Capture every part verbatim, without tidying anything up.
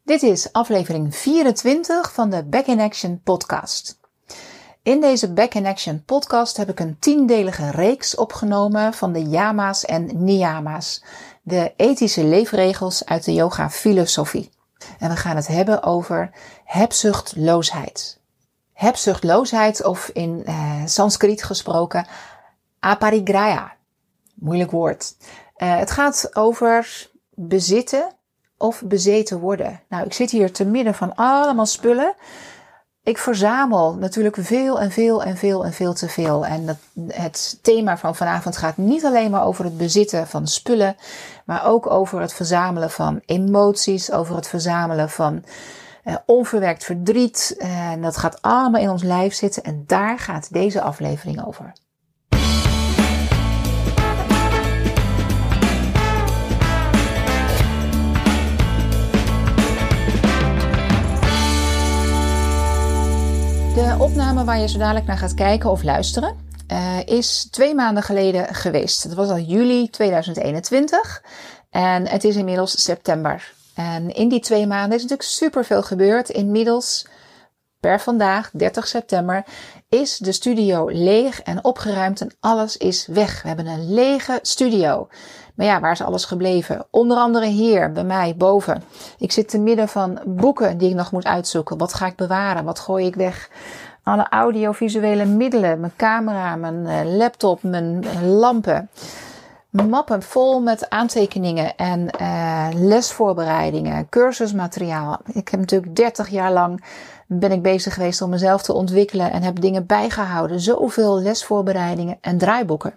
Dit is aflevering vierentwintig van de Back in Action podcast. In deze Back in Action podcast heb ik een tiendelige reeks opgenomen van de yama's en niyama's, de ethische leefregels uit de yoga filosofie. En we gaan het hebben over hebzuchtloosheid. Hebzuchtloosheid, of in eh, Sanskriet gesproken aparigraya. Moeilijk woord. Uh, het gaat over bezitten of bezeten worden. Nou, ik zit hier te midden van allemaal spullen. Ik verzamel natuurlijk veel en veel en veel en veel te veel. En dat, het thema van vanavond gaat niet alleen maar over het bezitten van spullen, maar ook over het verzamelen van emoties, over het verzamelen van uh, onverwerkt verdriet. Uh, en dat gaat allemaal in ons lijf zitten en daar gaat deze aflevering over. De opname waar je zo dadelijk naar gaat kijken of luisteren uh, is twee maanden geleden geweest. Het was al juli tweeduizend eenentwintig en het is inmiddels september. En in die twee maanden is natuurlijk superveel gebeurd. Inmiddels, per vandaag, dertig september, is de studio leeg en opgeruimd en alles is weg. We hebben een lege studio. Maar ja, waar is alles gebleven? Onder andere hier, bij mij, boven. Ik zit te midden van boeken die ik nog moet uitzoeken. Wat ga ik bewaren? Wat gooi ik weg? Alle audiovisuele middelen, mijn camera, mijn laptop, mijn lampen. Mappen vol met aantekeningen en uh, lesvoorbereidingen, cursusmateriaal. Ik heb natuurlijk dertig jaar lang ben ik bezig geweest om mezelf te ontwikkelen en heb dingen bijgehouden. Zoveel lesvoorbereidingen en draaiboeken.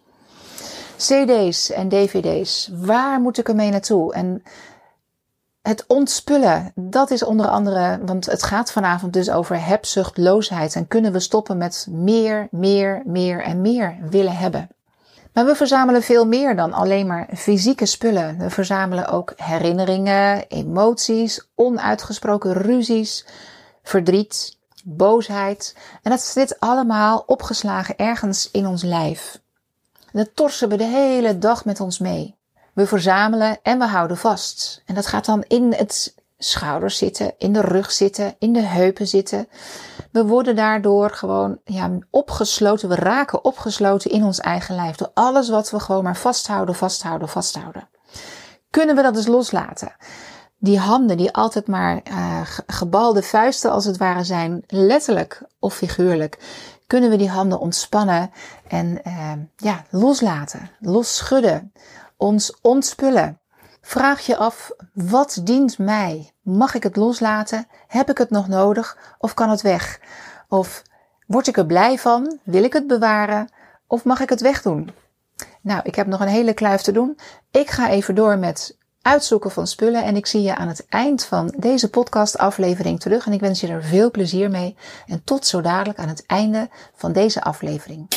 C D's en D V D's. Waar moet ik ermee naartoe? En het ontspullen, dat is onder andere, want het gaat vanavond dus over hebzuchtloosheid. En kunnen we stoppen met meer, meer, meer en meer willen hebben. Maar we verzamelen veel meer dan alleen maar fysieke spullen. We verzamelen ook herinneringen, emoties, onuitgesproken ruzies, verdriet, boosheid. En dat zit allemaal opgeslagen ergens in ons lijf. En dat torsen we de hele dag met ons mee. We verzamelen en we houden vast. En dat gaat dan in het schouders zitten, in de rug zitten, in de heupen zitten. We worden daardoor gewoon ja, opgesloten. We raken opgesloten in ons eigen lijf. Door alles wat we gewoon maar vasthouden, vasthouden, vasthouden. Kunnen we dat dus loslaten? Die handen die altijd maar uh, gebalde vuisten als het ware zijn, letterlijk of figuurlijk, kunnen we die handen ontspannen en uh, ja, loslaten, losschudden, ons ontspullen. Vraag je af, wat dient mij? Mag ik het loslaten? Heb ik het nog nodig? Of kan het weg? Of word ik er blij van? Wil ik het bewaren? Of mag ik het wegdoen? Nou, ik heb nog een hele kluif te doen. Ik ga even door met uitzoeken van spullen en ik zie je aan het eind van deze podcastaflevering terug en ik wens je er veel plezier mee en tot zo dadelijk aan het einde van deze aflevering.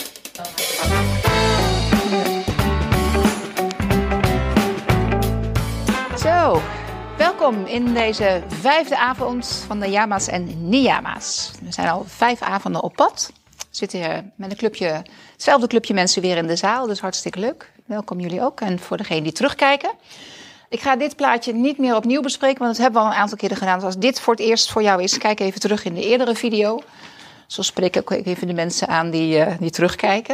Zo, welkom in deze vijfde avond van de yama's en niyama's. We zijn al vijf avonden op pad. We zitten hier met een clubje, hetzelfde clubje mensen weer in de zaal, dus hartstikke leuk. Welkom jullie ook en voor degenen die terugkijken. Ik ga dit plaatje niet meer opnieuw bespreken, want dat hebben we al een aantal keren gedaan. Dus als dit voor het eerst voor jou is, kijk even terug in de eerdere video. Zo spreek ik ook even de mensen aan die, uh, die terugkijken.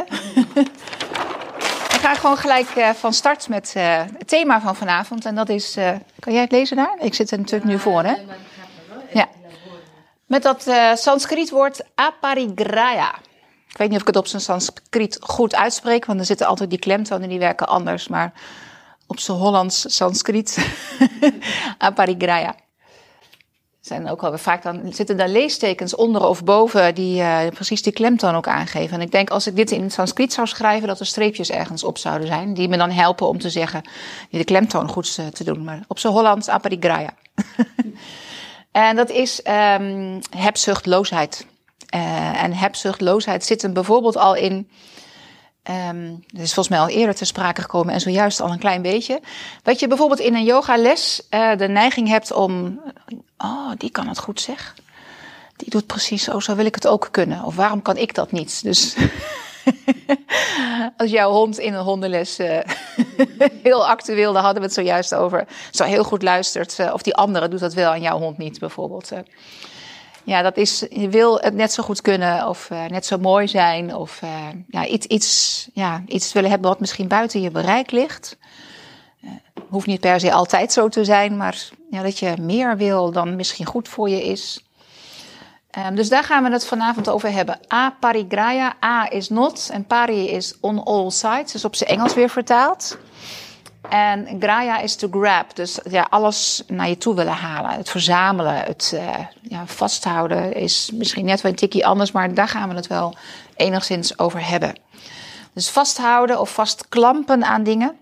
Ik ga gewoon gelijk uh, van start met uh, het thema van vanavond. En dat is, uh, kan jij het lezen daar? Ik zit er natuurlijk nu voor, hè? Ja. Met dat uh, Sanskriet woord aparigraya. Ik weet niet of ik het op zijn Sanskriet goed uitspreek, want er zitten altijd die klemtonen die werken anders, maar op zijn Hollands Sanskriet, aparigraya. Zijn ook alweer vaak dan zitten daar leestekens onder of boven die uh, precies die klemtoon ook aangeven. En ik denk als ik dit in het Sanskriet zou schrijven, dat er streepjes ergens op zouden zijn die me dan helpen om te zeggen, die de klemtoon goed te doen. Maar op zijn Hollands aparigraya. En dat is um, hebzuchtloosheid. Uh, en hebzuchtloosheid zit hem bijvoorbeeld al in. Um, dat is volgens mij al eerder ter sprake gekomen en zojuist al een klein beetje. Dat je bijvoorbeeld in een yogales uh, de neiging hebt om, oh, die kan het goed zeg. Die doet precies zo, zo wil ik het ook kunnen. Of waarom kan ik dat niet? Dus Als jouw hond in een hondenles uh, heel actueel, daar hadden we het zojuist over, zo heel goed luistert. Uh, of die andere doet dat wel en jouw hond niet bijvoorbeeld. Uh, ja, dat is, je wil het net zo goed kunnen of uh, net zo mooi zijn. Of uh, ja, iets, iets, ja, iets willen hebben wat misschien buiten je bereik ligt. Uh, hoeft niet per se altijd zo te zijn, maar ja, dat je meer wil dan misschien goed voor je is. Um, dus daar gaan we het vanavond over hebben. A parigraya, A is not en pari is on all sides, dus op zijn Engels weer vertaald. En graya is to grab, dus ja, alles naar je toe willen halen. Het verzamelen, het uh, ja, vasthouden is misschien net wel een tikkie anders, maar daar gaan we het wel enigszins over hebben. Dus vasthouden of vastklampen aan dingen.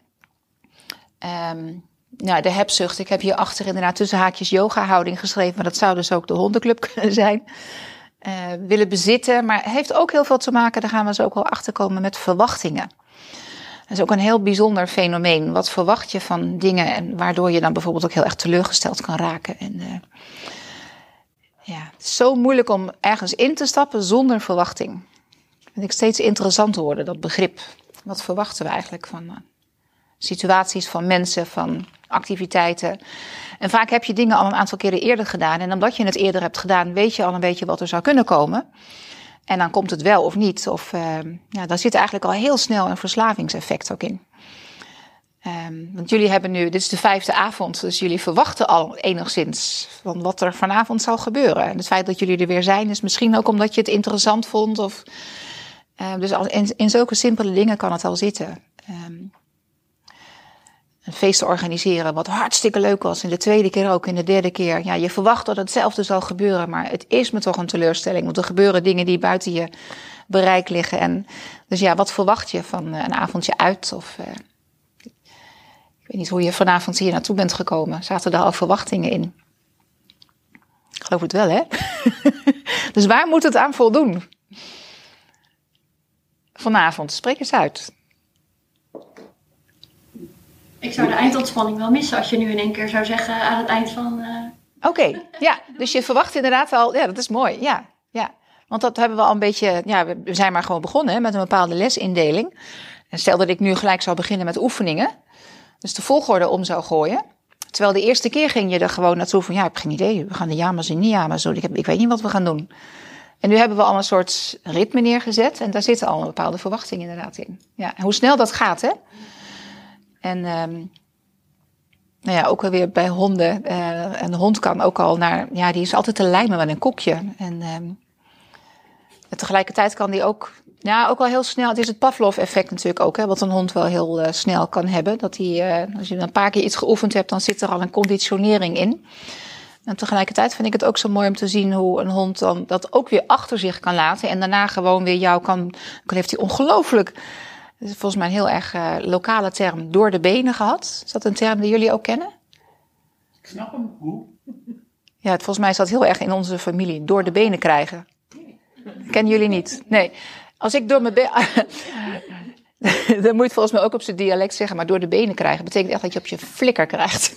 Um, nou, de hebzucht. Ik heb hier achter inderdaad tussen haakjes yoga-houding geschreven, maar dat zou dus ook de hondenclub kunnen zijn. Uh, willen bezitten, maar heeft ook heel veel te maken, daar gaan we zo ook wel achter komen, met verwachtingen. Dat is ook een heel bijzonder fenomeen. Wat verwacht je van dingen en waardoor je dan bijvoorbeeld ook heel erg teleurgesteld kan raken. En, uh, ja, het is zo moeilijk om ergens in te stappen zonder verwachting. Dat vind ik steeds interessanter worden, dat begrip. Wat verwachten we eigenlijk van uh, situaties, van mensen, van activiteiten. En vaak heb je dingen al een aantal keren eerder gedaan. En omdat je het eerder hebt gedaan, weet je al een beetje wat er zou kunnen komen. En dan komt het wel of niet. Of, uh, ja, daar zit eigenlijk al heel snel een verslavingseffect ook in. Um, want jullie hebben nu, dit is de vijfde avond, dus jullie verwachten al enigszins van wat er vanavond zal gebeuren. En het feit dat jullie er weer zijn is misschien ook omdat je het interessant vond. Of, uh, dus al in, in zulke simpele dingen kan het al zitten. Um, een feest te organiseren wat hartstikke leuk was. En de tweede keer ook, en de derde keer. Ja, je verwacht dat hetzelfde zal gebeuren, maar het is me toch een teleurstelling. Want er gebeuren dingen die buiten je bereik liggen. En dus ja, wat verwacht je van een avondje uit? Of uh, ik weet niet hoe je vanavond hier naartoe bent gekomen. Zaten er al verwachtingen in? Ik geloof het wel, hè? Dus waar moet het aan voldoen? Vanavond, spreek eens uit. Ik zou de eindontspanning wel missen als je nu in één keer zou zeggen aan het eind van... Uh... Oké, okay, ja. Dus je verwacht inderdaad al... Ja, dat is mooi. Ja, ja. Want dat hebben we al een beetje... Ja, we zijn maar gewoon begonnen hè, met een bepaalde lesindeling. En stel dat ik nu gelijk zou beginnen met oefeningen. Dus de volgorde om zou gooien. Terwijl de eerste keer ging je er gewoon naartoe van... Ja, ik heb geen idee. We gaan de yama's en niyamas doen. Ik, heb, ik weet niet wat we gaan doen. En nu hebben we al een soort ritme neergezet. En daar zitten al een bepaalde verwachting inderdaad in. Ja, en hoe snel dat gaat, hè? En um, nou ja, ook alweer bij honden. Uh, een hond kan ook al naar... Ja, die is altijd te lijmen met een koekje. En, um, en tegelijkertijd kan die ook... Ja, ook wel heel snel. Het is het Pavlov-effect natuurlijk ook. Hè, wat een hond wel heel uh, snel kan hebben. Dat die, uh, als je een paar keer iets geoefend hebt, dan zit er al een conditionering in. En tegelijkertijd vind ik het ook zo mooi om te zien hoe een hond dan dat ook weer achter zich kan laten. En daarna gewoon weer jou kan... Dan heeft hij ongelooflijk... Dat is volgens mij een heel erg uh, lokale term, door de benen gehad. Is dat een term die jullie ook kennen? Ik snap hem. Hoe? Ja, het, volgens mij is dat heel erg in onze familie. Door de benen krijgen. Kennen jullie niet? Nee. Als ik door mijn benen... Dan moet je het volgens mij ook op zijn dialect zeggen. Maar door de benen krijgen betekent echt dat je op je flikker krijgt.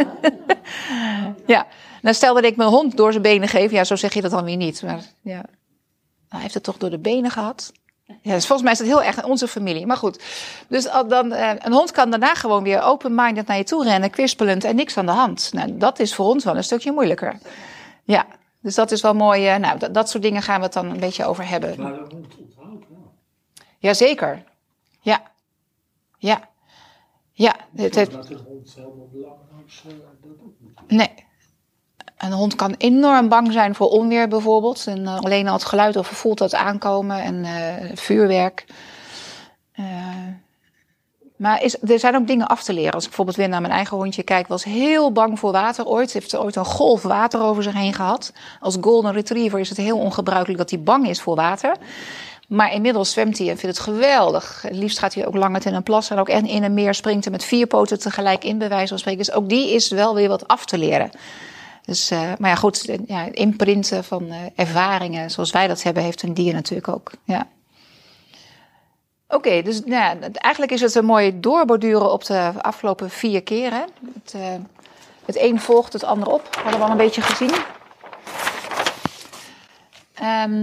Ja. Nou, stel dat ik mijn hond door zijn benen geef. Ja, zo zeg je dat dan weer niet. Maar ja. Nou, hij heeft het toch door de benen gehad? Ja, dus volgens mij is dat heel erg in onze familie. Maar goed, dus dan, uh, een hond kan daarna gewoon weer open-minded naar je toe rennen, kwispelend en niks aan de hand. Nou, dat is voor ons wel een stukje moeilijker. Ja, dus dat is wel mooi. Uh, nou, dat, dat soort dingen gaan we het dan een beetje over hebben. Maar de hond onthoudt wel. Jazeker. Ja. Ja. Ja. Het heeft... Dat de hond helemaal belangrijk is, uh, dat ook niet. Nee. Een hond kan enorm bang zijn voor onweer bijvoorbeeld. En uh, alleen al het geluid of voelt dat aankomen. En uh, vuurwerk. Uh, maar is, er zijn ook dingen af te leren. Als ik bijvoorbeeld weer naar mijn eigen hondje kijk. Was heel bang voor water ooit. Heeft er ooit een golf water over zich heen gehad. Als golden retriever is het heel ongebruikelijk dat hij bang is voor water. Maar inmiddels zwemt hij en vindt het geweldig. Het liefst gaat hij ook langer in een plas. En ook in een meer springt hij met vier poten tegelijk in, bij wijze van spreken. Dus ook die is wel weer wat af te leren. Dus, uh, maar ja, goed, ja, imprinten van uh, ervaringen zoals wij dat hebben, heeft een dier natuurlijk ook. Ja. Oké, okay, dus nou ja, eigenlijk is het een mooi doorborduren op de afgelopen vier keer. Hè? Het, uh, het een volgt het ander op, hadden we al een beetje gezien. Um,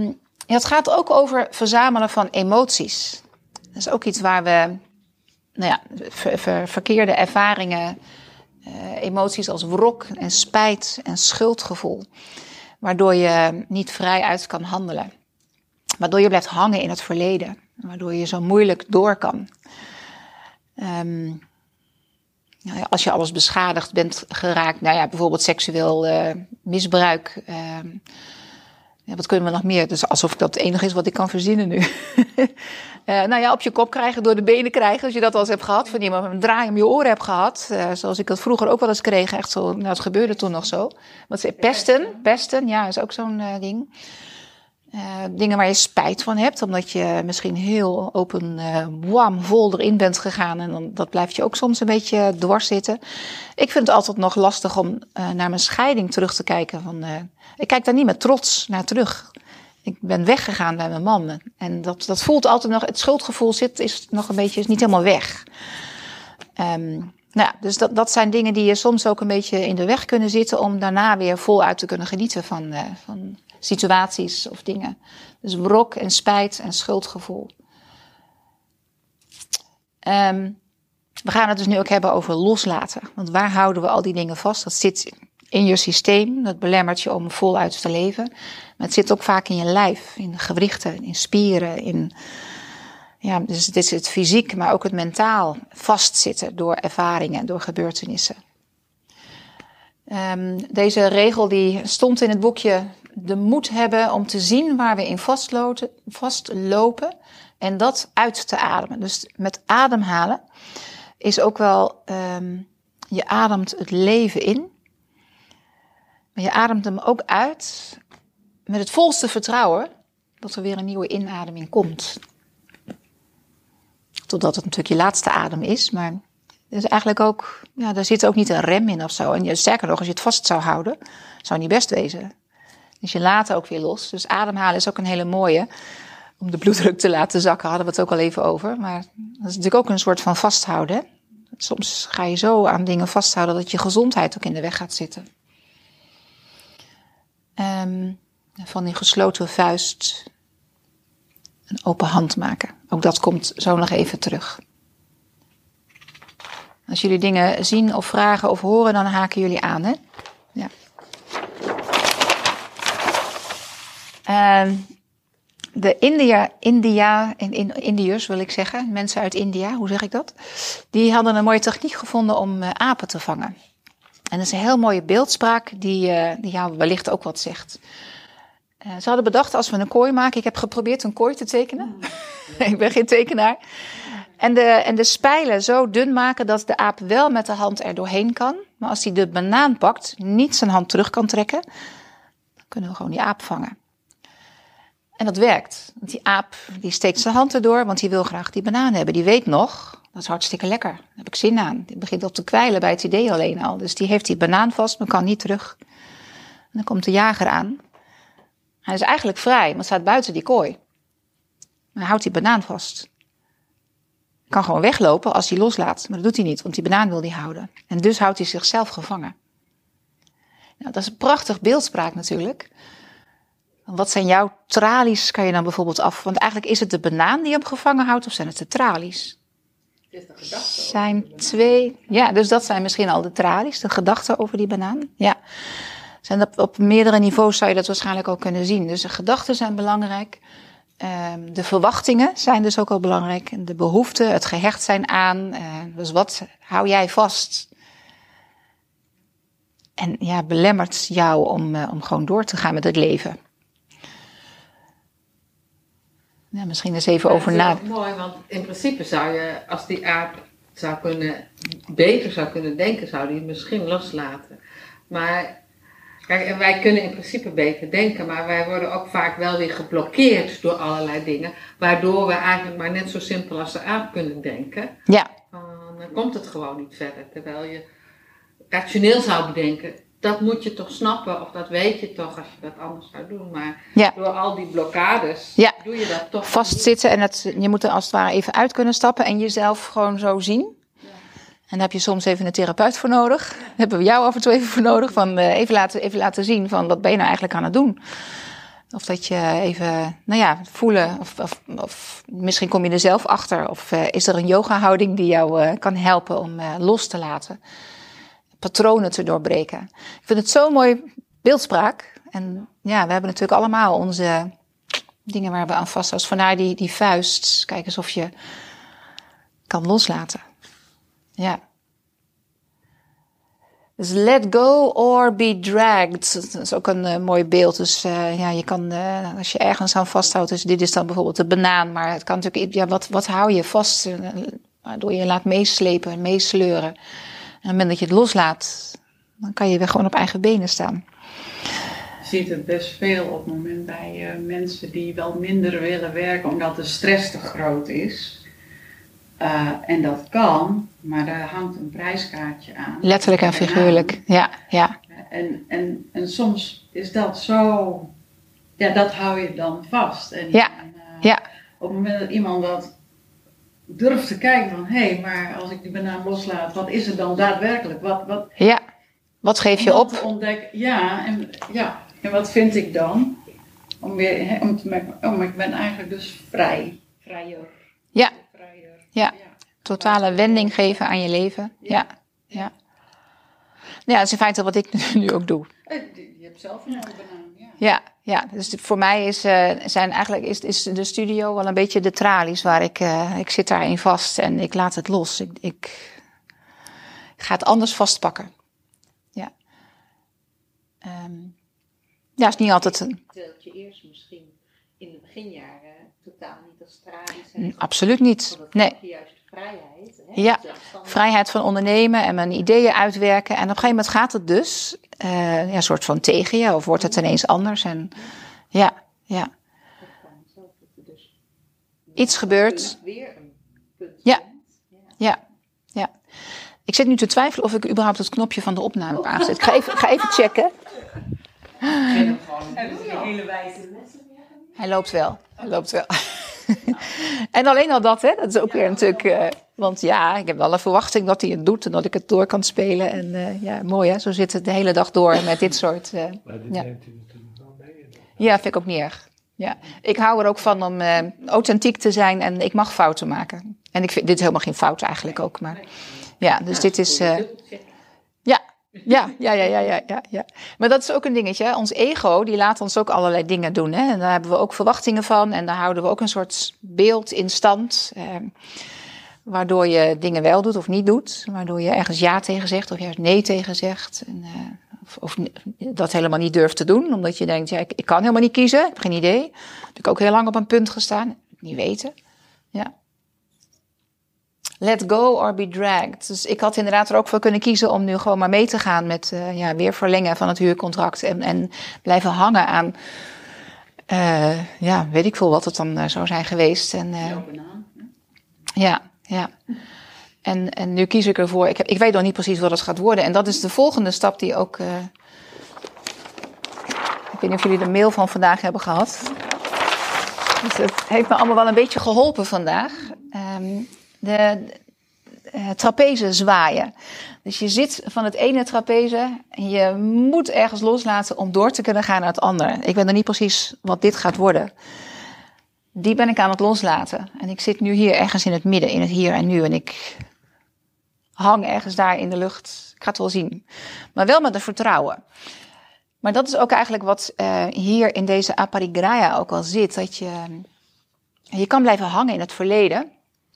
Ja, het gaat ook over verzamelen van emoties. Dat is ook iets waar we, nou ja, ver, ver, verkeerde ervaringen, uh, emoties als wrok en spijt en schuldgevoel, waardoor je niet vrij uit kan handelen. Waardoor je blijft hangen in het verleden. Waardoor je zo moeilijk door kan. Um, nou ja, als je alles beschadigd bent geraakt, nou ja, bijvoorbeeld seksueel uh, misbruik. Uh, ja, wat kunnen we nog meer? Dus alsof dat het enige is wat ik kan verzinnen nu. uh, nou ja, op je kop krijgen, door de benen krijgen. Als je dat al eens hebt gehad, van iemand een draai om je oren hebt gehad. Uh, zoals ik dat vroeger ook wel eens kreeg. Echt zo, nou, het gebeurde toen nog zo. Wat ze, pesten, pesten, ja, is ook zo'n uh, ding. Uh, dingen waar je spijt van hebt, omdat je misschien heel open, uh, wam, vol erin bent gegaan. En dan, dat blijft je ook soms een beetje dwars zitten. Ik vind het altijd nog lastig om uh, naar mijn scheiding terug te kijken. Van, uh, ik kijk daar niet met trots naar terug. Ik ben weggegaan bij mijn man. En dat, dat voelt altijd nog, het schuldgevoel zit, is nog een beetje, is niet helemaal weg. Um, nou ja, dus dat, dat zijn dingen die je soms ook een beetje in de weg kunnen zitten, om daarna weer voluit te kunnen genieten van, uh, van situaties of dingen. Dus wrok en spijt en schuldgevoel. Um, we gaan het dus nu ook hebben over loslaten. Want waar houden we al die dingen vast? Dat zit in je systeem. Dat belemmert je om voluit te leven. Maar het zit ook vaak in je lijf. In de gewrichten, in spieren. In, ja, dus dit is het fysiek, maar ook het mentaal vastzitten door ervaringen, door gebeurtenissen. Um, deze regel die stond in het boekje De moed hebben om te zien waar we in vastlopen, vastlopen en dat uit te ademen. Dus met ademhalen is ook wel, um, je ademt het leven in, maar je ademt hem ook uit met het volste vertrouwen dat er weer een nieuwe inademing komt. Totdat het natuurlijk je laatste adem is, maar er is eigenlijk ook, ja, daar zit ook niet een rem in of zo. En je, sterker nog, als je het vast zou houden, zou niet best wezen. Dus je laat ook weer los. Dus ademhalen is ook een hele mooie. Om de bloeddruk te laten zakken, hadden we het ook al even over. Maar dat is natuurlijk ook een soort van vasthouden. Hè? Soms ga je zo aan dingen vasthouden dat je gezondheid ook in de weg gaat zitten. Um, van die gesloten vuist een open hand maken. Ook dat komt zo nog even terug. Als jullie dingen zien of vragen of horen, dan haken jullie aan, hè? Ja. Uh, de India, India in, in, Indiërs wil ik zeggen, mensen uit India, hoe zeg ik dat? Die hadden een mooie techniek gevonden om uh, apen te vangen. En dat is een heel mooie beeldspraak die, uh, die jou wellicht ook wat zegt. Uh, ze hadden bedacht, als we een kooi maken, ik heb geprobeerd een kooi te tekenen. Ik ben geen tekenaar. En de, en de spijlen zo dun maken dat de aap wel met de hand er doorheen kan. Maar als hij de banaan pakt, niet zijn hand terug kan trekken, dan kunnen we gewoon die aap vangen. En dat werkt. Want die aap die steekt zijn hand erdoor, want die wil graag die banaan hebben. Die weet nog, dat is hartstikke lekker. Daar heb ik zin aan. Die begint al te kwijlen bij het idee alleen al. Dus die heeft die banaan vast, maar kan niet terug. En dan komt de jager aan. Hij is eigenlijk vrij, want staat buiten die kooi. Maar hij houdt die banaan vast. Hij kan gewoon weglopen als hij loslaat, maar dat doet hij niet, want die banaan wil hij houden. En dus houdt hij zichzelf gevangen. Nou, dat is een prachtig beeldspraak natuurlijk. Wat zijn jouw tralies, kan je dan bijvoorbeeld af... Want eigenlijk is het de banaan die hem gevangen houdt, of zijn het de tralies? Het is de gedachte. Zijn twee... Ja, dus dat zijn misschien al de tralies, de gedachten over die banaan. Ja. Zijn dat, op meerdere niveaus zou je dat waarschijnlijk al kunnen zien. Dus de gedachten zijn belangrijk. Um, de verwachtingen zijn dus ook al belangrijk. De behoeften, het gehecht zijn aan. Uh, dus wat hou jij vast? En ja, belemmert jou om, uh, om gewoon door te gaan met het leven. Ja, misschien eens even over na. Dat is mooi, want in principe zou je, als die aap zou kunnen, beter zou kunnen denken, zou die het misschien loslaten. Maar kijk, wij kunnen in principe beter denken, maar wij worden ook vaak wel weer geblokkeerd door allerlei dingen, waardoor we eigenlijk maar net zo simpel als de aap kunnen denken. Ja. Uh, dan komt het gewoon niet verder. Terwijl je rationeel zou bedenken, dat moet je toch snappen, of dat weet je toch als je dat anders zou doen. Maar ja. Door al die blokkades ja. doe je dat toch vastzitten en het, je moet er als het ware even uit kunnen stappen en jezelf gewoon zo zien. Ja. En daar heb je soms even een therapeut voor nodig. Daar hebben we jou af en toe even voor nodig. Van uh, even, laten, even laten zien van wat ben je nou eigenlijk aan het doen. Of dat je even, nou ja, voelen. Of, of, of misschien kom je er zelf achter. Of uh, is er een yoga-houding die jou uh, kan helpen om uh, los te laten. Patronen te doorbreken. Ik vind het zo'n mooi beeldspraak. En ja, we hebben natuurlijk allemaal onze dingen waar we aan vasthouden. Dus vandaar die, die vuist. Kijk eens of je kan loslaten. Ja. Dus let go or be dragged. Dat is ook een uh, mooi beeld. Dus uh, ja, je kan, uh, als je ergens aan vasthoudt, dus dit is dan bijvoorbeeld de banaan. Maar het kan natuurlijk, ja, wat, wat hou je vast? Uh, waardoor je laat meeslepen, meesleuren. En op het moment dat je het loslaat, dan kan je weer gewoon op eigen benen staan. Je ziet het best veel op het moment bij uh, mensen die wel minder willen werken, omdat de stress te groot is. Uh, en dat kan, maar daar hangt een prijskaartje aan. Letterlijk en figuurlijk, ja, ja. En, en, en soms is dat zo, ja, dat hou je dan vast. En, Ja, en, uh, ja. Op het moment dat iemand dat durft te kijken van, hé, hey, maar als ik die banaan loslaat, wat is er dan daadwerkelijk? Wat, wat, Ja, wat geef je om op? te ontdekken, ja, en, ja, en wat vind ik dan? Om weer, hè, om te merken, oh, maar ik ben eigenlijk dus vrij, vrijer. Ja. Vrijer. Ja. Totale wending geven aan je leven. Ja, ja. Ja, dat is in feite wat ik nu ook doe. Je hebt zelf een mooie banaan, ja. Ja, ja. Dus voor mij is, uh, zijn eigenlijk, is, is de studio wel een beetje de tralies waar ik, uh, ik zit daarin vast en ik laat het los. Ik, ik, ik ga het anders vastpakken. Ja. Um, ja, is niet altijd een... Dat je eerst misschien in de beginjaren totaal niet als tralies hebt. Absoluut niet. Nee. Juist vrijheid. Hè? Ja, vrijheid van ondernemen en mijn ideeën uitwerken. En op een gegeven moment gaat het dus uh, ja, een soort van tegen je. Of wordt het ineens anders. En ja, ja. Iets gebeurt. Weer een punt. Ja, ja, ja. Ik zit nu te twijfelen of ik überhaupt het knopje van de opname heb aangezet. Ik ga even, ga even checken. Hebben ze die hele wijze lessen? Hij loopt wel, hij loopt wel. En alleen al dat, hè, dat is ook weer natuurlijk... Uh, want ja, ik heb wel een verwachting dat hij het doet en dat ik het door kan spelen. En uh, ja, mooi hè, zo zit het de hele dag door met dit soort... Uh, Maar dit ja. neemt u natuurlijk wel mee. ja, vind ik ook niet erg. Ja. Ik hou er ook van om uh, authentiek te zijn en ik mag fouten maken. En ik vind dit is helemaal geen fout eigenlijk ook, maar... Ja, dus dit is... Uh, ja, ja, ja, ja, ja, ja, ja, ja. Maar dat is ook een dingetje. Hè? Ons ego, die laat ons ook allerlei dingen doen. Hè? En daar hebben we ook verwachtingen van. En daar houden we ook een soort beeld in stand. Eh, waardoor je dingen wel doet of niet doet. Waardoor je ergens ja tegen zegt of juist nee tegen zegt. En, uh, of, of dat helemaal niet durft te doen. Omdat je denkt, ja, ik, ik kan helemaal niet kiezen. Ik heb geen idee. Heb ik ook heel lang op een punt gestaan. Niet weten. Ja. Let go or be dragged. Dus ik had inderdaad er ook voor kunnen kiezen om nu gewoon maar mee te gaan met uh, ja, weer verlengen van het huurcontract. En, en blijven hangen aan, uh, ja, weet ik veel wat het dan uh, zou zijn geweest. En, uh, Jouw banaan. ja, ja. En, en nu kies ik ervoor. Ik, heb, ik weet nog niet precies wat het gaat worden. En dat is de volgende stap die ook... Uh, ik weet niet of jullie de mail van vandaag hebben gehad. Dus het heeft me allemaal wel een beetje geholpen vandaag. Um, De uh, trapeze zwaaien. Dus je zit van het ene trapeze en je moet ergens loslaten om door te kunnen gaan naar het andere. Ik weet nog niet precies wat dit gaat worden. Die ben ik aan het loslaten. En ik zit nu hier ergens in het midden, in het hier en nu. En ik hang ergens daar in de lucht. Ik ga het wel zien. Maar wel met een vertrouwen. Maar dat is ook eigenlijk wat uh, hier in deze aparigraya ook al zit. Dat je, je kan blijven hangen in het verleden.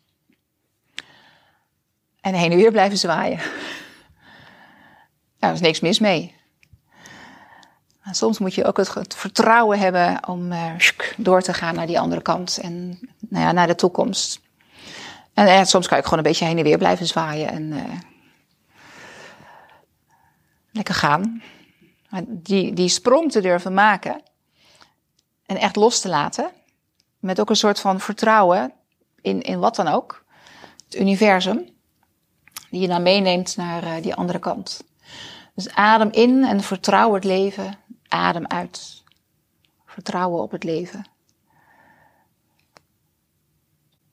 En heen en weer blijven zwaaien. Nou, daar is niks mis mee. En soms moet je ook het, het vertrouwen hebben om uh, door te gaan naar die andere kant. En nou ja, naar de toekomst. En uh, soms kan ik gewoon een beetje heen en weer blijven zwaaien. En uh, lekker gaan. Maar die, die sprong te durven maken. En echt los te laten. Met ook een soort van vertrouwen in, in wat dan ook. Het universum. Die je dan meeneemt naar uh, die andere kant. Dus adem in en vertrouw het leven. Adem uit. Vertrouwen op het leven.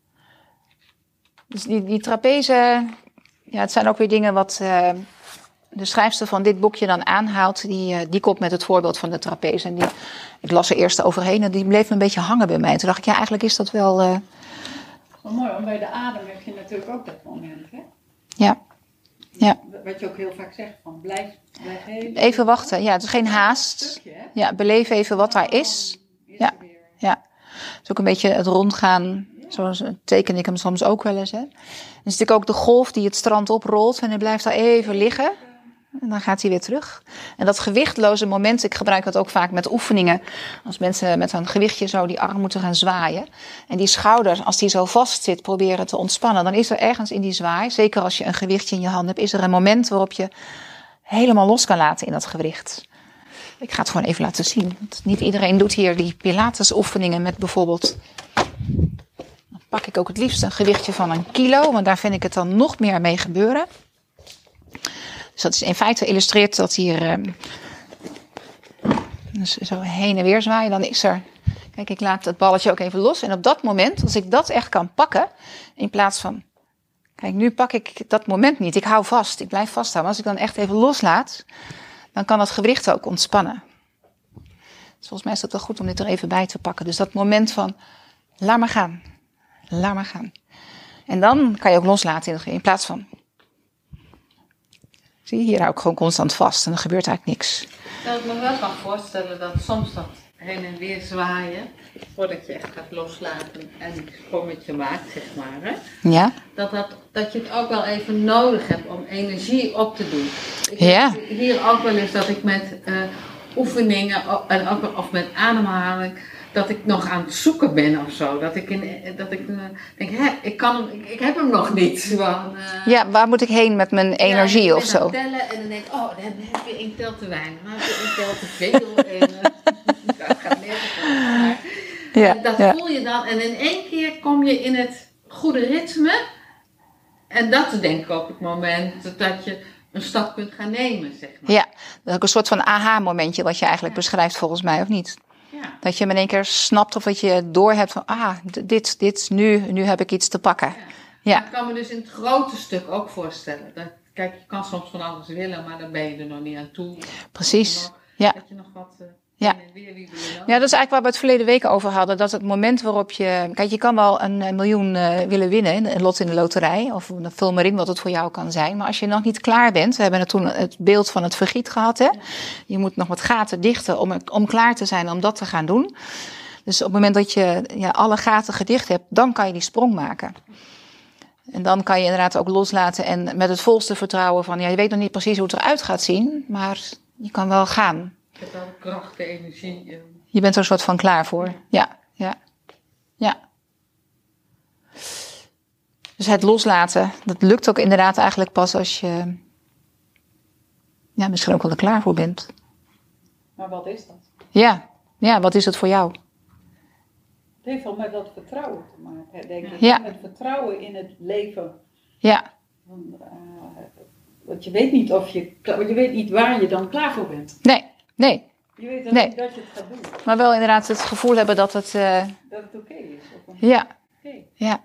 Dus die, die trapeze, ja, het zijn ook weer dingen wat, uh, de schrijfster van dit boekje dan aanhaalt, die, uh, die komt met het voorbeeld van de trapeze. En die, ik las er eerst overheen en die bleef me een beetje hangen bij mij. En toen dacht ik, ja, eigenlijk is dat wel... Uh... Wel mooi, want bij de adem heb je natuurlijk ook dat moment, hè? Ja. Ja. Wat je ook heel vaak zegt, van blijf, blijf even... Even wachten, ja, het is geen haast. Stukje, hè? Ja, beleef even wat daar is. Ja, ja. Het is ook een beetje het rondgaan, zo teken ik hem soms ook wel eens. Hè. Er is natuurlijk ook de golf die het strand oprolt en hij blijft daar even liggen. En dan gaat hij weer terug. En dat gewichtloze moment, ik gebruik dat ook vaak met oefeningen. Als mensen met een gewichtje zo die arm moeten gaan zwaaien. En die schouder, als die zo vast zit, proberen te ontspannen. Dan is er ergens in die zwaai, zeker als je een gewichtje in je hand hebt, is er een moment waarop je helemaal los kan laten in dat gewicht. Ik ga het gewoon even laten zien. Want niet iedereen doet hier die Pilates oefeningen met bijvoorbeeld... Dan pak ik ook het liefst een gewichtje van een kilo. Want daar vind ik het dan nog meer mee gebeuren. Dus dat is in feite illustreert dat hier... Uh, dus zo heen en weer zwaaien. Dan is er... Kijk, ik laat het balletje ook even los. En op dat moment, als ik dat echt kan pakken... In plaats van... Kijk, nu pak ik dat moment niet. Ik hou vast. Ik blijf vasthouden. Als ik dan echt even loslaat... Dan kan dat gewricht ook ontspannen. Dus volgens mij is het wel goed om dit er even bij te pakken. Dus dat moment van, laat maar gaan. Laat maar gaan. En dan kan je ook loslaten in plaats van... Zie je, hier hou ik gewoon constant vast en er gebeurt eigenlijk niks. Nou, ik me wel kan voorstellen dat soms dat heen en weer zwaaien, voordat je echt gaat loslaten en een sprongetje maakt, zeg maar. Hè? Ja. Dat, dat, dat je het ook wel even nodig hebt om energie op te doen. Ik Ja. heb hier ook wel eens dat ik met uh, oefeningen en ook, of met ademhaling, dat ik nog aan het zoeken ben of zo. Dat ik, in, dat ik uh, denk, hè, ik, kan hem, ik, ik heb hem nog niet. Van, uh, Ja, waar moet ik heen met mijn energie ja, of zo? Ik ben aan het tellen en dan denk ik, oh, dan heb je één tel te weinig. Dan heb je één tel te veel. En, uh, dat gaat nergens over. Maar Ja, dat ja. voel je dan. En in één keer kom je in het goede ritme. En dat is denk ik ook het moment dat je een stap kunt gaan nemen, zeg maar. Ja, dat is ook een soort van aha-momentje wat je eigenlijk Ja. beschrijft volgens mij, of niet? Ja. Dat je hem in één keer snapt of dat je doorhebt van, ah, d- dit, dit, nu, nu heb ik iets te pakken. Ja. Ik kan me dus in het grote stuk ook voorstellen. Dat, kijk, je kan soms van alles willen, maar dan ben je er nog niet aan toe. Precies. Nog, Ja. Dat je nog wat uh, Ja. heen en weer wie wil je dan? Ja, dat is eigenlijk waar we het verleden week over hadden. Dat het moment waarop je... Kijk, je kan wel een, een miljoen uh, willen winnen, een lot in de loterij. Of vul maar in wat het voor jou kan zijn. Maar als je nog niet klaar bent... We hebben het toen het beeld van het vergiet gehad. Hè? Je moet nog wat gaten dichten om, om klaar te zijn om dat te gaan doen. Dus op het moment dat je ja, alle gaten gedicht hebt... dan kan je die sprong maken. En dan kan je inderdaad ook loslaten en met het volste vertrouwen van... Ja, je weet nog niet precies hoe het eruit gaat zien, maar je kan wel gaan. Je hebt wel de kracht, de energie. Uh, Je bent er een soort van klaar voor. Ja, ja, ja. Dus het loslaten, dat lukt ook inderdaad eigenlijk pas als je... Ja, misschien ook wel er klaar voor bent. Maar wat is dat? Ja, ja, wat is het voor jou? Het heeft wel met dat vertrouwen te maken, denk ik. Ja. Met vertrouwen in het leven. Ja, Want, uh, want je weet niet of je, want je weet niet waar je dan klaar voor bent. nee, nee. Je weet dan Nee. niet dat je het gaat doen. Maar wel inderdaad het gevoel hebben dat het... Uh, Dat het oké is. Of een, ja, oké. ja.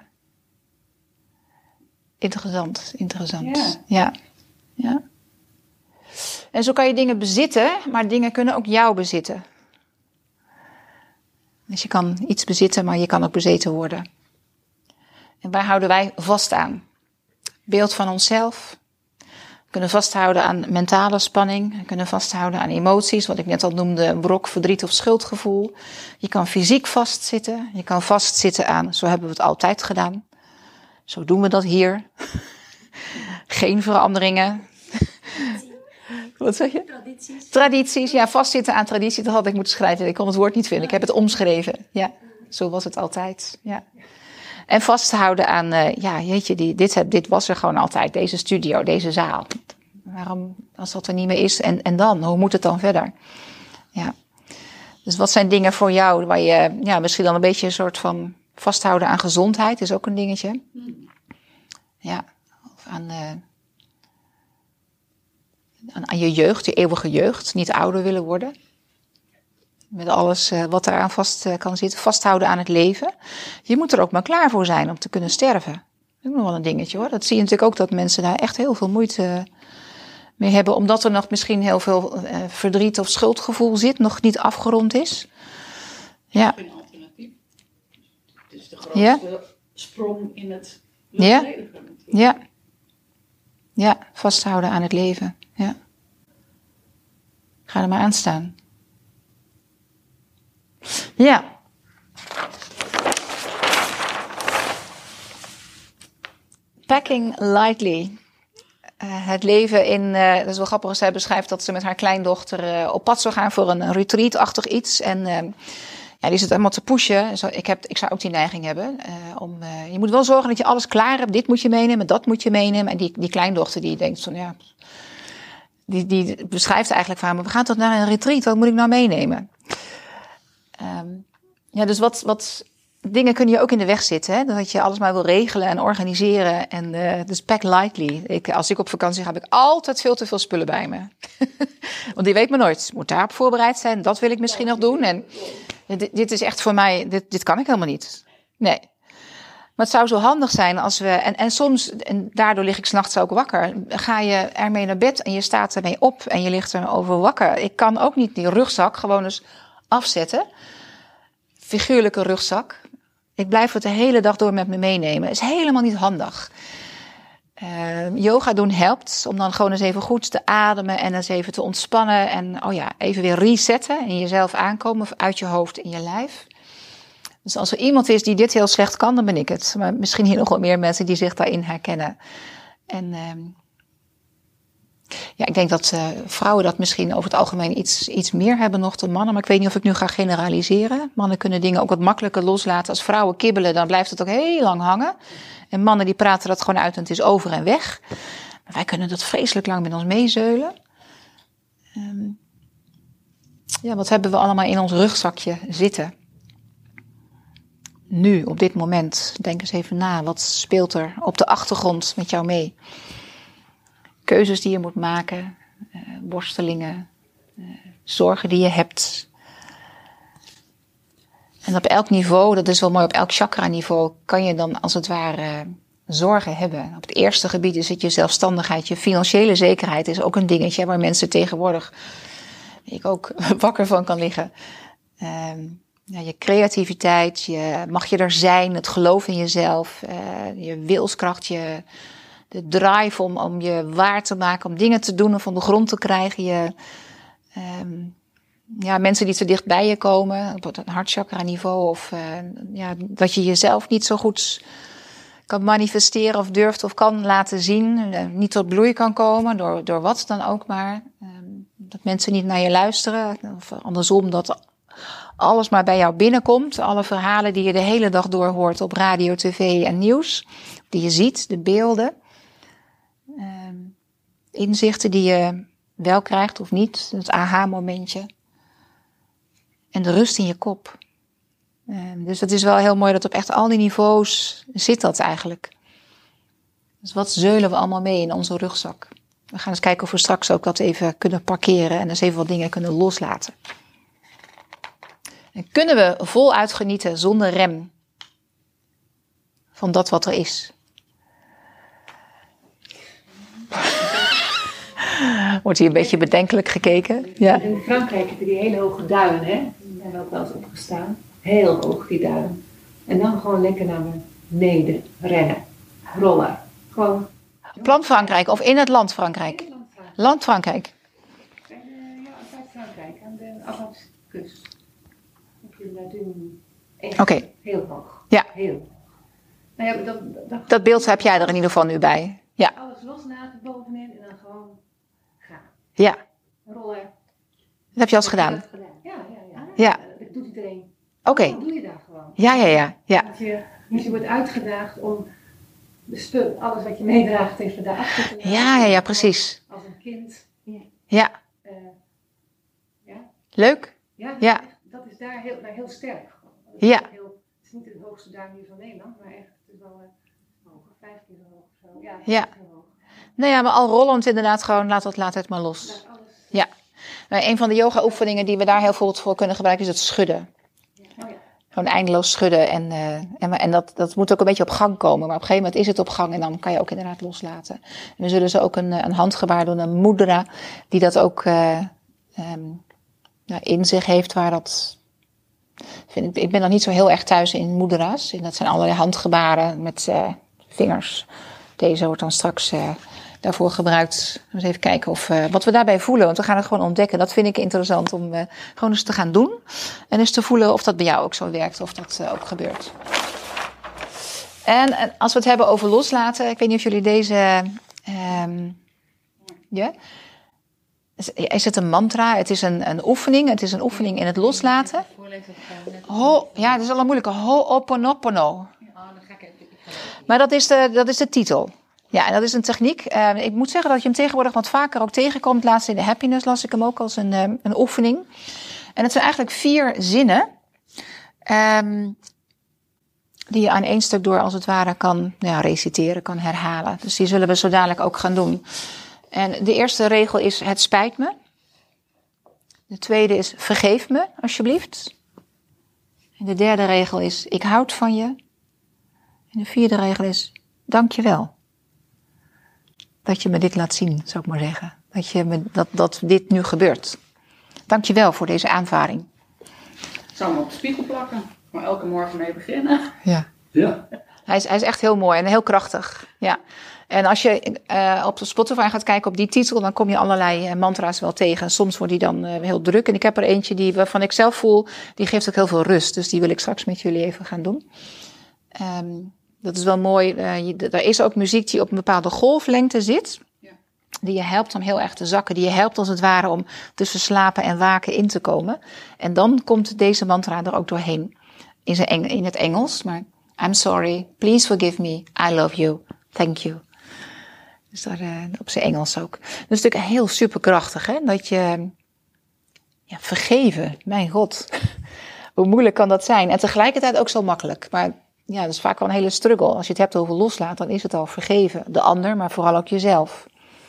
Interessant, interessant. Ja. Ja, ja. En zo kan je dingen bezitten, maar dingen kunnen ook jou bezitten. Dus je kan iets bezitten, maar je kan ook bezeten worden. En waar houden wij vast aan? Beeld van onszelf. We kunnen vasthouden aan mentale spanning. We kunnen vasthouden aan emoties, wat ik net al noemde, wrok, verdriet of schuldgevoel. Je kan fysiek vastzitten. Je kan vastzitten aan, zo hebben we het altijd gedaan. Zo doen we dat hier. Geen veranderingen. Wat zeg je? Tradities. Tradities, ja, vastzitten aan traditie, dat had ik moeten schrijven. Ik kon het woord niet vinden, ik heb het omschreven. Ja, zo was het altijd, ja. En vasthouden aan, uh, ja, jeetje, die, dit, dit was er gewoon altijd, deze studio, deze zaal. Waarom, als dat er niet meer is, en, en dan? Hoe moet het dan verder? Ja. Dus wat zijn dingen voor jou waar je, ja, misschien dan een beetje een soort van vasthouden aan gezondheid, is ook een dingetje. Ja, of aan... Uh, Aan, aan je jeugd, je eeuwige jeugd, niet ouder willen worden. Met alles uh, wat eraan vast uh, kan zitten, vasthouden aan het leven. Je moet er ook maar klaar voor zijn om te kunnen sterven. Dat is nog wel een dingetje hoor. Dat zie je natuurlijk ook dat mensen daar echt heel veel moeite mee hebben, omdat er nog misschien heel veel uh, verdriet of schuldgevoel zit, nog niet afgerond is. Ja. Geen alternatief. Het is de grootste Ja. sprong in het Ja. leven. Ja. Ja, vasthouden aan het leven. Ja. Ga er maar aan staan. Ja. Packing lightly. Uh, het leven in, uh, dat is wel grappig, zij beschrijft dat ze met haar kleindochter uh, op pad zou gaan voor een retreat-achtig iets. En uh, ja, die zit helemaal te pushen. Zo, ik, heb, ik zou ook die neiging hebben. Uh, om, uh, je moet wel zorgen dat je alles klaar hebt. Dit moet je meenemen, dat moet je meenemen. En die, die kleindochter die denkt van ja, die, die beschrijft eigenlijk van, maar we gaan toch naar een retreat, wat moet ik nou meenemen? Um, ja, dus wat... wat dingen kunnen je ook in de weg zitten. Hè? Dat je alles maar wil regelen en organiseren. En, uh, dus pack lightly. Ik, als ik op vakantie ga, heb ik altijd veel te veel spullen bij me. Want die weet me nooit. Ik moet daarop voorbereid zijn. Dat wil ik misschien nog doen. En dit, dit is echt voor mij... Dit, dit kan ik helemaal niet. Nee. Maar het zou zo handig zijn als we... En, en soms, en daardoor lig ik 's nachts ook wakker. Ga je ermee naar bed en je staat ermee op. En je ligt erover wakker. Ik kan ook niet die rugzak gewoon eens afzetten. Figuurlijke rugzak. Ik blijf het de hele dag door met me meenemen. Is helemaal niet handig. Uh, yoga doen helpt om dan gewoon eens even goed te ademen en eens even te ontspannen. En oh ja, even weer resetten en jezelf aankomen uit je hoofd in je lijf. Dus als er iemand is die dit heel slecht kan, dan ben ik het. Maar misschien hier nog wel meer mensen die zich daarin herkennen. En uh, ja, ik denk dat uh, vrouwen dat misschien over het algemeen iets, iets meer hebben nog dan mannen. Maar ik weet niet of ik nu ga generaliseren. Mannen kunnen dingen ook wat makkelijker loslaten. Als vrouwen kibbelen, dan blijft het ook heel lang hangen. En mannen die praten dat gewoon uit en het is over en weg. Maar wij kunnen dat vreselijk lang met ons meezeulen. Um, ja, wat hebben we allemaal in ons rugzakje zitten? Nu, op dit moment. Denk eens even na. Wat speelt er op de achtergrond met jou mee? Keuzes die je moet maken, uh, worstelingen, uh, zorgen die je hebt. En op elk niveau, dat is wel mooi, op elk chakra-niveau kan je dan als het ware uh, zorgen hebben. Op het eerste gebied is het je zelfstandigheid, je financiële zekerheid is ook een dingetje waar mensen tegenwoordig, ik ook wakker van kan liggen. Uh, ja, je creativiteit, je, mag je er zijn, het geloof in jezelf, uh, je wilskracht, je... De drive om, om je waar te maken, om dingen te doen en van de grond te krijgen. Je, um, ja, mensen die te dicht bij je komen, op het hartchakra niveau. Of uh, ja, dat je jezelf niet zo goed kan manifesteren of durft of kan laten zien. Uh, niet tot bloei kan komen, door, door wat dan ook maar. Um, dat mensen niet naar je luisteren. Of andersom, dat alles maar bij jou binnenkomt. Alle verhalen die je de hele dag door hoort op radio, tv en nieuws. Die je ziet, de beelden. Um, inzichten die je wel krijgt of niet. Het aha-momentje. En de rust in je kop. Um, dus dat is wel heel mooi dat op echt al die niveaus zit dat eigenlijk. Dus wat zeulen we allemaal mee in onze rugzak? We gaan eens kijken of we straks ook dat even kunnen parkeren. En eens even wat dingen kunnen loslaten. En kunnen we voluit genieten zonder rem. Van dat wat er is. Wordt hier een beetje bedenkelijk gekeken. Ja. In Frankrijk heb je die hele hoge duinen, hè? Die hebben ook wel eens opgestaan. Heel hoog, die duinen. En dan gewoon lekker naar beneden rennen. Rollen. Gewoon. Plan Frankrijk of in het land Frankrijk? Land Frankrijk. Land Frankrijk. Uh, ja, uit Frankrijk, aan de Atlantische kust. Heb je daar doen. Echt Oké. heel hoog. Ja. Heel hoog. Nou ja, dat, dat, Dat beeld heb jij er in ieder geval nu bij. Ja. Alles loslaten bovenin en dan gewoon gaan. Ja. Rollen. Dat heb je al eens gedaan. Ja, ja, ja. Ja. Dat doet iedereen. Oké. Dat doe je daar gewoon. Ja, ja, ja. Ja. Dat je, dus je wordt uitgedaagd om de spul, alles wat je meedraagt, even daar achter te laten. Ja, ja, ja, precies. Als een kind. Ja. Uh, ja. Leuk? Ja, dat, Ja. Is, dat is daar heel, daar heel sterk. Dat Ja. is heel, het is niet de hoogste duin hier van Nederland, maar echt, het is wel uh, hoger, vijf keer zo hoog of zo. Ja, het is Ja. echt heel hoog. Nou ja, maar al rollend inderdaad gewoon, laat, dat, laat het maar los. Daar alles, Ja. Maar een van de yoga oefeningen die we daar heel veel voor kunnen gebruiken is het schudden. oh ja. Gewoon eindeloos schudden. En, uh, en, en dat, dat moet ook een beetje op gang komen. Maar op een gegeven moment is het op gang en dan kan je ook inderdaad loslaten. En dan zullen ze ook een, een handgebaar doen, een mudra, die dat ook uh, um, nou, in zich heeft, waar dat... Vind ik, ik ben nog niet zo heel erg thuis in mudra's. En dat zijn allerlei handgebaren met uh, vingers. Deze wordt dan straks uh, daarvoor gebruikt. Eens even kijken of, uh, wat we daarbij voelen. Want we gaan het gewoon ontdekken. Dat vind ik interessant om uh, gewoon eens te gaan doen. En eens te voelen of dat bij jou ook zo werkt. Of dat uh, ook gebeurt. En, en als we het hebben over loslaten. Ik weet niet of jullie deze... Um, ja? Is het een mantra? Het is een, een oefening. Het is een oefening in het loslaten. Ho, ja, dat is al een moeilijke. Ho'oponopono. Maar dat is de, dat is de titel. Ja, en dat is een techniek. Uh, ik moet zeggen dat je hem tegenwoordig wat vaker ook tegenkomt. Laatst in de Happiness las ik hem ook als een, um, een oefening. En het zijn eigenlijk vier zinnen. Um, die je aan één stuk door als het ware kan nou ja, reciteren, kan herhalen. Dus die zullen we zo dadelijk ook gaan doen. En de eerste regel is: het spijt me. De tweede is: vergeef me, alsjeblieft. En de derde regel is: ik houd van je. En de vierde regel is: dank je wel. Dat je me dit laat zien, zou ik maar zeggen. Dat, je me, dat, dat dit nu gebeurt. Dank je wel voor deze aanvaring. Ik zou hem op de spiegel plakken. Maar elke morgen mee beginnen. Ja. Ja. Hij is, hij is echt heel mooi en heel krachtig. Ja. En als je uh, op Spotify gaat kijken op die titel, dan kom je allerlei uh, mantra's wel tegen. Soms wordt die dan uh, heel druk. En ik heb er eentje die, waarvan ik zelf voel, die geeft ook heel veel rust. Dus die wil ik straks met jullie even gaan doen. Um, dat is wel mooi. Uh, je, er is ook muziek die op een bepaalde golflengte zit. Ja. Die je helpt om heel erg te zakken. Die je helpt als het ware om tussen slapen en waken in te komen. En dan komt deze mantra er ook doorheen. In, zijn Eng- in het Engels. Maar I'm sorry. Please forgive me. I love you. Thank you. Dus daar, uh, op zijn Engels ook. Dat is natuurlijk heel superkrachtig, hè? Dat je... Ja, vergeven. Mijn god. Hoe moeilijk kan dat zijn? En tegelijkertijd ook zo makkelijk. Maar ja, dat is vaak wel een hele struggle. Als je het hebt over loslaten, dan is het al vergeven. De ander, maar vooral ook jezelf.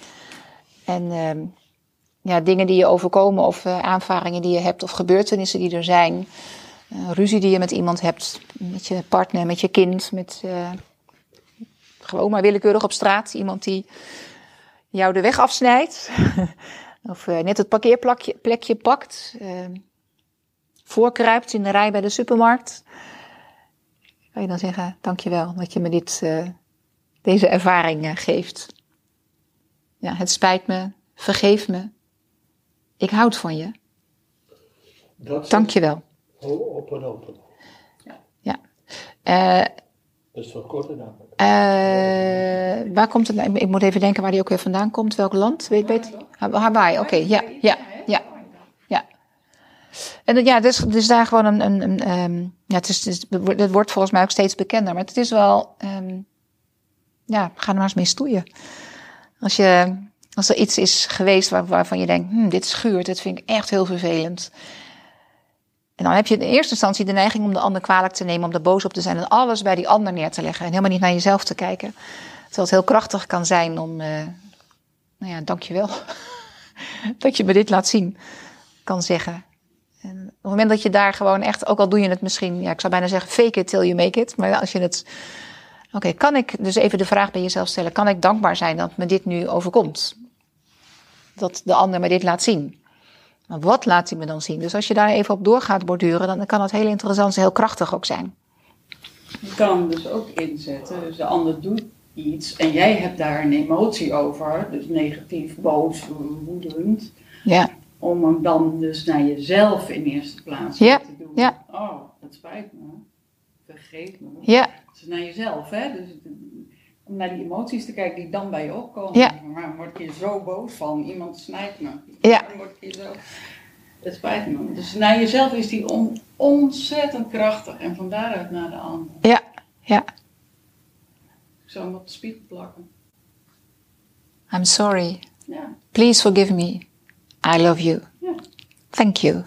En uh, ja, dingen die je overkomen of uh, aanvaringen die je hebt of gebeurtenissen die er zijn. Uh, ruzie die je met iemand hebt. Met je partner, met je kind, met... Uh, Gewoon maar willekeurig op straat. Iemand die jou de weg afsnijdt. Of uh, net het parkeerplekje plekje pakt. Uh, voorkruipt in de rij bij de supermarkt. Kan je dan zeggen, dankjewel dat je me dit, uh, deze ervaring uh, geeft. Ja, het spijt me. Vergeef me. Ik houd van je. Dat Dankjewel. Open, open. Ja. ja. Uh, Dat is wel korter dan. Uh, waar komt het? Ik, ik moet even denken waar die ook weer vandaan komt. Welk land? Weet je? Hawaii. Oké, okay, ja, ja, ja, ja. En ja, het is, het is daar gewoon een, een, een um, ja, het is, het is, het wordt volgens mij ook steeds bekender. Maar het is wel, um, ja, ga er maar eens mee stoeien. Als je, als er iets is geweest waar, waarvan je denkt, hm, dit schuurt, dit vind ik echt heel vervelend. En dan heb je in eerste instantie de neiging om de ander kwalijk te nemen, om er boos op te zijn en alles bij die ander neer te leggen en helemaal niet naar jezelf te kijken. Terwijl het heel krachtig kan zijn om, uh, nou ja, dankjewel dat je me dit laat zien, kan zeggen. En op het moment dat je daar gewoon echt, ook al doe je het misschien, ja, ik zou bijna zeggen fake it till you make it, maar als je het, oké, okay, kan ik dus even de vraag bij jezelf stellen, kan ik dankbaar zijn dat me dit nu overkomt? Dat de ander me dit laat zien. Maar wat laat hij me dan zien? Dus als je daar even op door gaat borduren, dan kan het heel interessant en heel krachtig ook zijn. Je kan hem dus ook inzetten. Dus de ander doet iets en jij hebt daar een emotie over. Dus negatief, boos, woedend. Ja. Om hem dan dus naar jezelf in eerste plaats ja. te doen. Ja. Oh, dat spijt me. Vergeef me. Ja. Dus naar jezelf, hè. Dus om naar die emoties te kijken die dan bij je opkomen. Ja. Maar dan word ik hier zo boos van. Iemand snijdt me. Ja. Dan word ik hier zo... Het spijt me. Dus naar jezelf is die on, ontzettend krachtig. En van daaruit naar de ander. Ja. Ja. Ik zou hem op de spiegel plakken. I'm sorry. Ja. Please forgive me. I love you. Ja. Thank you.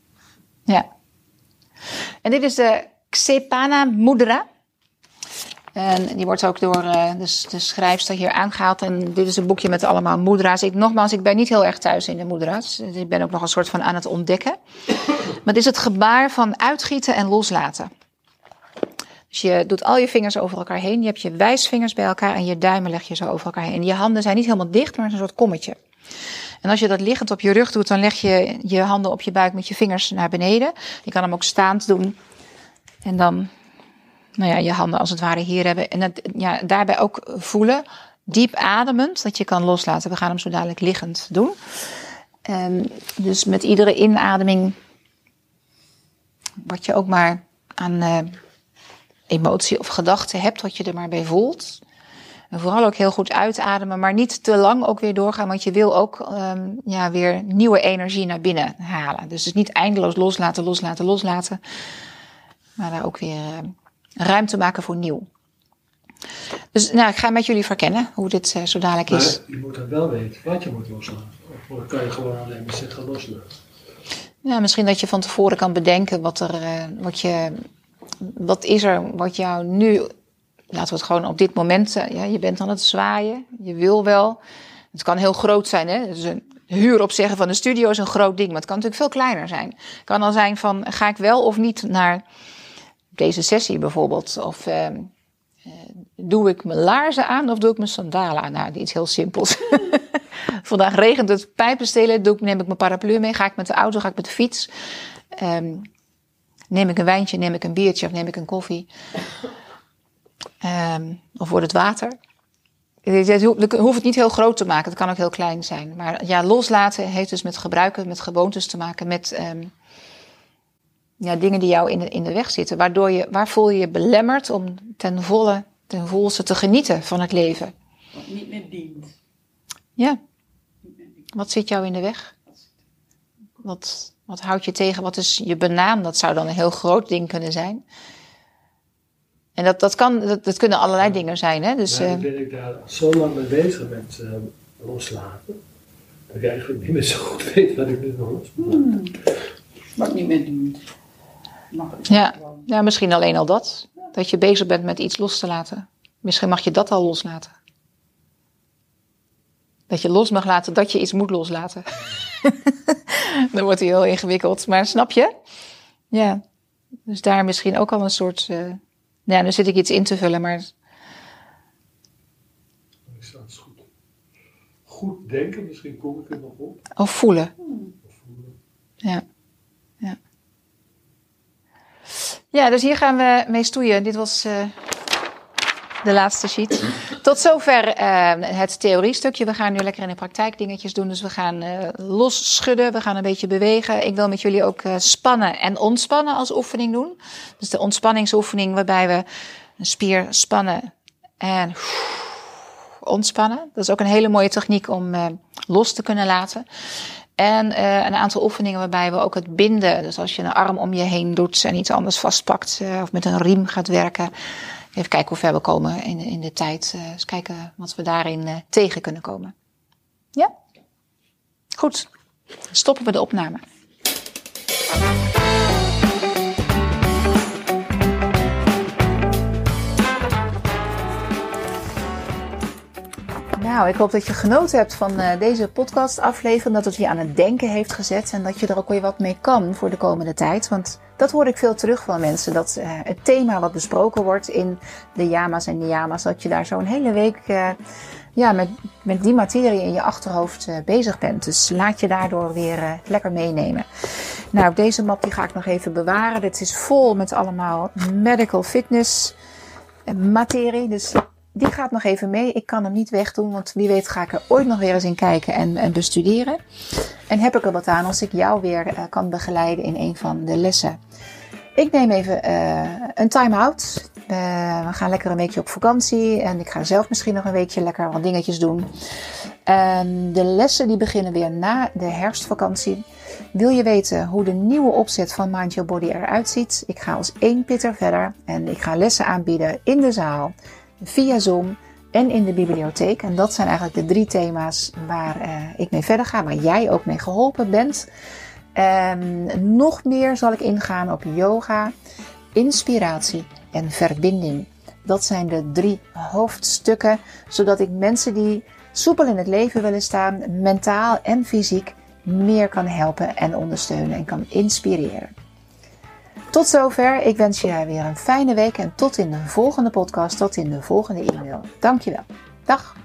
Ja. En dit is de Ksepana Mudra. En die wordt ook door uh, de, de schrijfster hier aangehaald. En dit is een boekje met allemaal mudra's. Ik, nogmaals, ik ben niet heel erg thuis in de mudra's. Ik ben ook nog een soort van aan het ontdekken. Maar het is het gebaar van uitgieten en loslaten. Dus je doet al je vingers over elkaar heen. Je hebt je wijsvingers bij elkaar en je duimen leg je zo over elkaar heen. Je handen zijn niet helemaal dicht, maar een soort kommetje. En als je dat liggend op je rug doet, dan leg je je handen op je buik met je vingers naar beneden. Je kan hem ook staand doen. En dan, nou ja, je handen als het ware hier hebben. En het, ja, daarbij ook voelen, diep ademend, dat je kan loslaten. We gaan hem zo dadelijk liggend doen. En dus met iedere inademing, wat je ook maar aan uh, emotie of gedachte hebt, wat je er maar bij voelt. En vooral ook heel goed uitademen, maar niet te lang ook weer doorgaan. Want je wil ook um, ja, weer nieuwe energie naar binnen halen. Dus het is niet eindeloos loslaten, loslaten, loslaten. Maar daar ook weer uh, ruimte maken voor nieuw. Dus nou, ik ga met jullie verkennen hoe dit uh, zo dadelijk maar is. Je moet dan wel weten wat je moet loslaten. Of kan je gewoon alleen maar zeggen loslaten? Ja, misschien dat je van tevoren kan bedenken wat er, uh, wat je, wat is er, wat jou nu, laten we het gewoon op dit moment, uh, ja, je bent aan het zwaaien, je wil wel. Het kan heel groot zijn, hè. Dus een huur opzeggen van een studio is een groot ding, maar het kan natuurlijk veel kleiner zijn. Het kan al zijn van, ga ik wel of niet naar deze sessie bijvoorbeeld, of uh, uh, doe ik mijn laarzen aan of doe ik mijn sandalen aan? Nou, iets heel simpels. Vandaag regent het, pijpen stelen, doe ik, neem ik mijn paraplu mee, ga ik met de auto, ga ik met de fiets. Um, neem ik een wijntje, neem ik een biertje of neem ik een koffie. Um, of wordt het water. Je hoeft het niet heel groot te maken, het kan ook heel klein zijn. Maar ja, loslaten heeft dus met gebruiken, met gewoontes te maken, met um, ja, dingen die jou in de, in de weg zitten. Waardoor je, waar voel je je belemmerd om ten volle, ten volste te genieten van het leven. Wat niet meer dient. Ja. Wat zit jou in de weg? Wat, wat houdt je tegen? Wat is je banaan? Dat zou dan een heel groot ding kunnen zijn. En dat, dat, kan, dat, dat kunnen allerlei ja. dingen zijn. Hè? Dus, ja, dan uh, ben ik daar zo lang mee bezig met uh, loslaten. Dat ik eigenlijk niet meer zo goed weet wat ik nu nog los moet laten. Hmm. Wat niet meer dient. Ja. ja, misschien alleen al dat. Dat je bezig bent met iets los te laten. Misschien mag je dat al loslaten. Dat je los mag laten, dat je iets moet loslaten. Dan wordt hij heel ingewikkeld. Maar snap je? Ja. Dus daar misschien ook al een soort... Uh, nou ja, nu zit ik iets in te vullen, maar... Ik sta het goed. Goed denken, misschien kom ik er nog op. Of voelen. Of voelen. Ja. Ja. Ja, dus hier gaan we mee stoeien. Dit was... Uh, De laatste sheet. Tot zover uh, het theoriestukje. We gaan nu lekker in de praktijk dingetjes doen. Dus we gaan uh, los schudden. We gaan een beetje bewegen. Ik wil met jullie ook uh, spannen en ontspannen als oefening doen. Dus de ontspanningsoefening waarbij we een spier spannen en ontspannen. Dat is ook een hele mooie techniek om uh, los te kunnen laten. En uh, een aantal oefeningen waarbij we ook het binden. Dus als je een arm om je heen doet en iets anders vastpakt. Uh, of met een riem gaat werken. Even kijken hoe ver we komen in, in de tijd. Uh, eens kijken wat we daarin uh, tegen kunnen komen. Ja? Goed. Stoppen we de opname. Nou, ik hoop dat je genoten hebt van uh, deze podcastaflevering. Dat het je aan het denken heeft gezet. En dat je er ook weer wat mee kan voor de komende tijd. Want dat hoor ik veel terug van mensen. Dat uh, het thema wat besproken wordt in de yama's en niyama's. Dat je daar zo'n hele week uh, ja, met, met die materie in je achterhoofd uh, bezig bent. Dus laat je daardoor weer uh, lekker meenemen. Nou, deze map die ga ik nog even bewaren. Dit is vol met allemaal medical fitness materie. Dus... die gaat nog even mee. Ik kan hem niet wegdoen, want wie weet ga ik er ooit nog weer eens in kijken en, en bestuderen. En heb ik er wat aan als ik jou weer uh, kan begeleiden in een van de lessen. Ik neem even uh, een time-out. Uh, we gaan lekker een weekje op vakantie. En ik ga zelf misschien nog een weekje lekker wat dingetjes doen. Um, de lessen die beginnen weer na de herfstvakantie. Wil je weten hoe de nieuwe opzet van Mind Your Body eruit ziet? Ik ga als één pitter verder. En ik ga lessen aanbieden in de zaal, via Zoom en in de bibliotheek. En dat zijn eigenlijk de drie thema's waar uh, ik mee verder ga. Waar jij ook mee geholpen bent. Um, nog meer zal ik ingaan op yoga, inspiratie en verbinding. Dat zijn de drie hoofdstukken, zodat ik mensen die soepel in het leven willen staan, mentaal en fysiek, meer kan helpen en ondersteunen en kan inspireren. Tot zover. Ik wens je weer een fijne week en tot in de volgende podcast, tot in de volgende e-mail. Dankjewel. Dag.